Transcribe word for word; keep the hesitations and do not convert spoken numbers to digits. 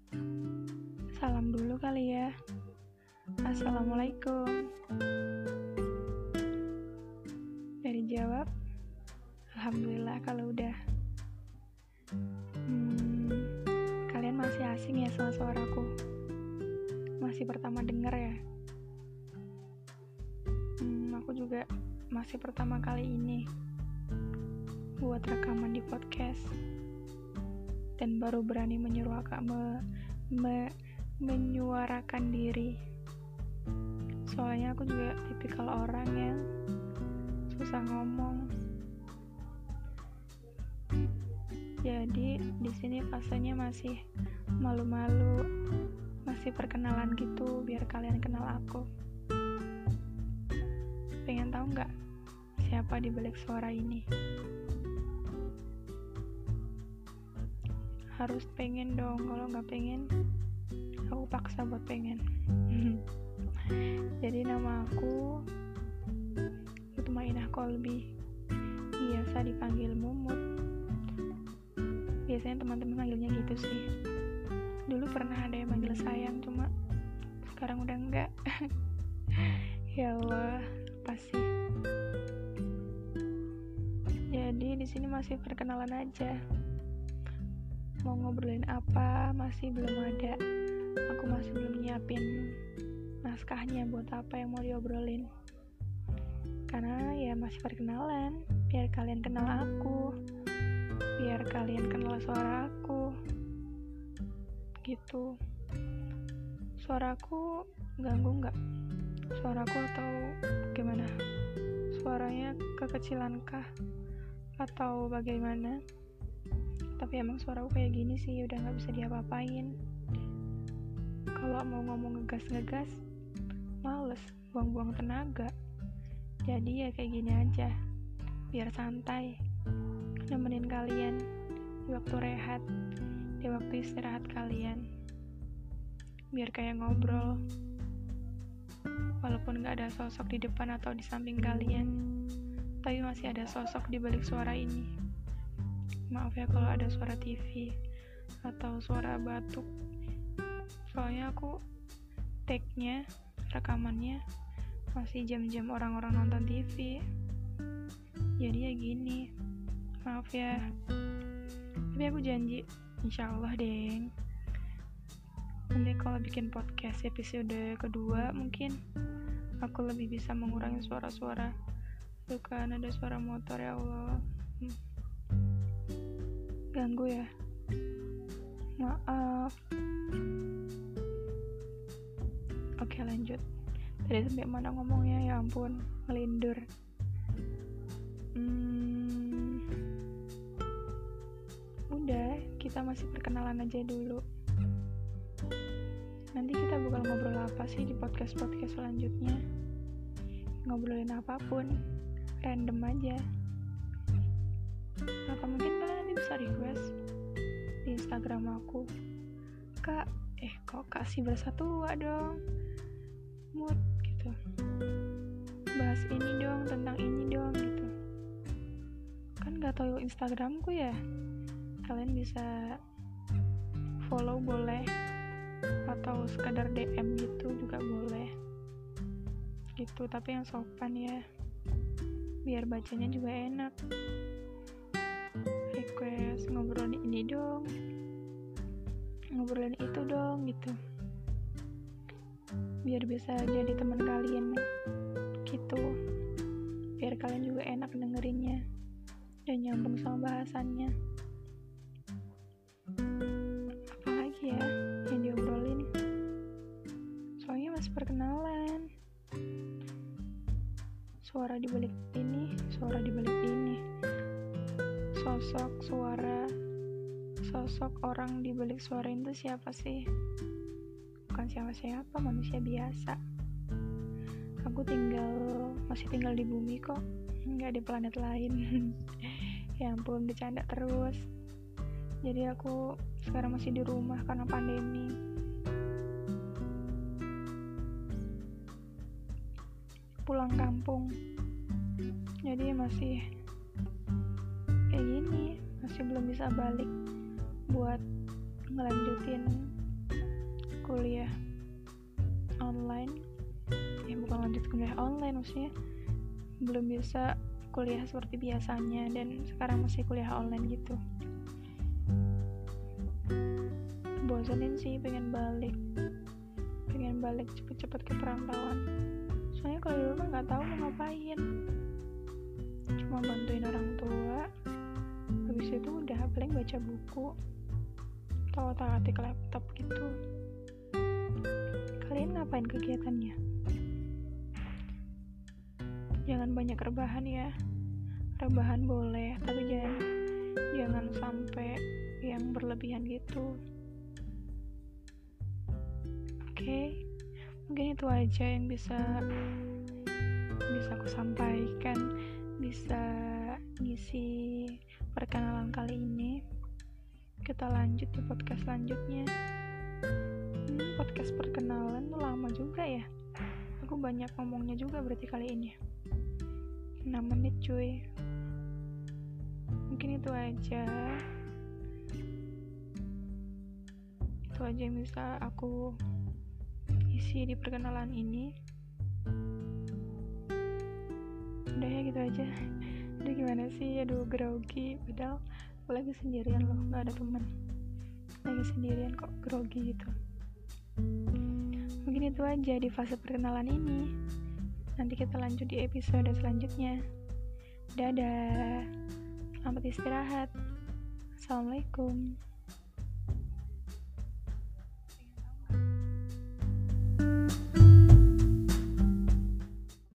Salam dulu kali ya. Assalamualaikum. Dari jawab, alhamdulillah kalau udah. Hmm, kalian masih asing ya sama suaraku? Masih pertama denger ya? Hmm, aku juga masih pertama kali ini buat rekaman di podcast. Dan baru berani menyuarakan me, me, menyuarakan diri. Soalnya aku juga tipikal orang yang susah ngomong. Jadi di sini fasenya masih malu-malu, masih perkenalan gitu biar kalian kenal aku. Pengen tahu nggak siapa di balik suara ini? Harus pengen dong, kalau nggak pengen aku paksa buat pengen. Jadi nama aku Mutmainah Kolbi, biasa dipanggil Mumut. Biasanya teman-teman manggilnya gitu sih. Dulu pernah ada yang manggil sayang, cuma sekarang udah enggak. Ya Allah, pasti. Jadi di sini masih perkenalan aja. Mau ngobrolin apa masih belum ada. Aku masih belum nyiapin naskahnya buat apa yang mau diobrolin. Karena ya masih perkenalan, biar kalian kenal aku, biar kalian kenal suara aku. Gitu. Suaraku ganggu nggak? Suaraku atau gimana? Suaranya kekecilankah? Atau bagaimana? Tapi emang suaraku kayak gini sih, udah gak bisa diapa-apain. Kalau mau ngomong ngegas-ngegas, males, buang-buang tenaga. Jadi ya kayak gini aja, biar santai, nemenin kalian di waktu rehat, di waktu istirahat kalian. Biar kayak ngobrol, walaupun gak ada sosok di depan atau di samping kalian, tapi masih ada sosok di balik suara ini. Maaf ya kalau ada suara T V atau suara batuk. Soalnya aku take-nya, rekamannya masih jam-jam orang-orang nonton T V. Jadi ya gini. Maaf ya. Tapi aku janji, insyaallah deng. Nanti kalau bikin podcast episode kedua mungkin aku lebih bisa mengurangi suara-suara. Tuh kan ada suara motor, ya Allah. Hmm. Ganggu ya, maaf. Oke lanjut. Tadi sampai mana ngomongnya, ya ampun, melindur. hmm, Udah, kita masih perkenalan aja dulu. Nanti kita bakal ngobrol apa sih di podcast-podcast selanjutnya? Ngobrolin apapun, random aja. Atau mungkin kalian nanti bisa request di Instagram aku, Kak, eh kok kasih berasa tua dong, mood gitu, bahas ini dong, tentang ini dong gitu. Kan gak tahu Instagramku ya, kalian bisa follow boleh, atau sekedar D M gitu juga boleh gitu, tapi yang sopan ya, biar bacanya juga enak. Request ngobrolin ini dong, ngobrolin itu dong gitu, biar bisa jadi teman kalian gitu, biar kalian juga enak dengerinnya dan nyambung sama bahasannya. Apalagi ya yang diobrolin, soalnya masih perkenalan. Suara di balik ini, suara di balik ini, sosok suara, sosok orang di balik suara itu siapa sih? Bukan siapa-siapa, manusia biasa. Aku tinggal, masih tinggal di bumi kok, nggak di planet lain. Ya ampun, bercanda terus. Jadi aku sekarang masih di rumah karena pandemi. Pulang kampung. Jadi masih kayak gini, masih belum bisa balik buat ngelanjutin kuliah online, ya bukan lanjut kuliah online maksudnya, belum bisa kuliah seperti biasanya dan sekarang masih kuliah online gitu. Bosanin sih, pengen balik pengen balik cepet-cepet ke perantauan. Soalnya kalau di rumah nggak tahu mau ngapain, cuma bantuin orang tua, habis itu udah paling baca buku atau otak-atik laptop gitu. Kalian ngapain kegiatannya? Jangan banyak rebahan ya. Rebahan boleh, tapi jangan jangan sampai yang berlebihan gitu. Oke, okay. Mungkin itu aja yang bisa bisa aku sampaikan, bisa ngisi perkenalan kali ini. Kita lanjut di podcast selanjutnya. Hmm, podcast perkenalan tuh lama juga ya. Aku banyak ngomongnya juga berarti kali ini. enam menit cuy. Mungkin itu aja. Itu aja yang bisa aku isi di perkenalan ini. Udah ya gitu aja. Udah gimana sih? Aduh grogi. Padahal aku lagi sendirian loh, gak ada teman. Lagi sendirian kok grogi gitu. Mungkin itu aja di fase perkenalan ini. Nanti kita lanjut di episode selanjutnya. Dadah. Selamat istirahat. Assalamualaikum.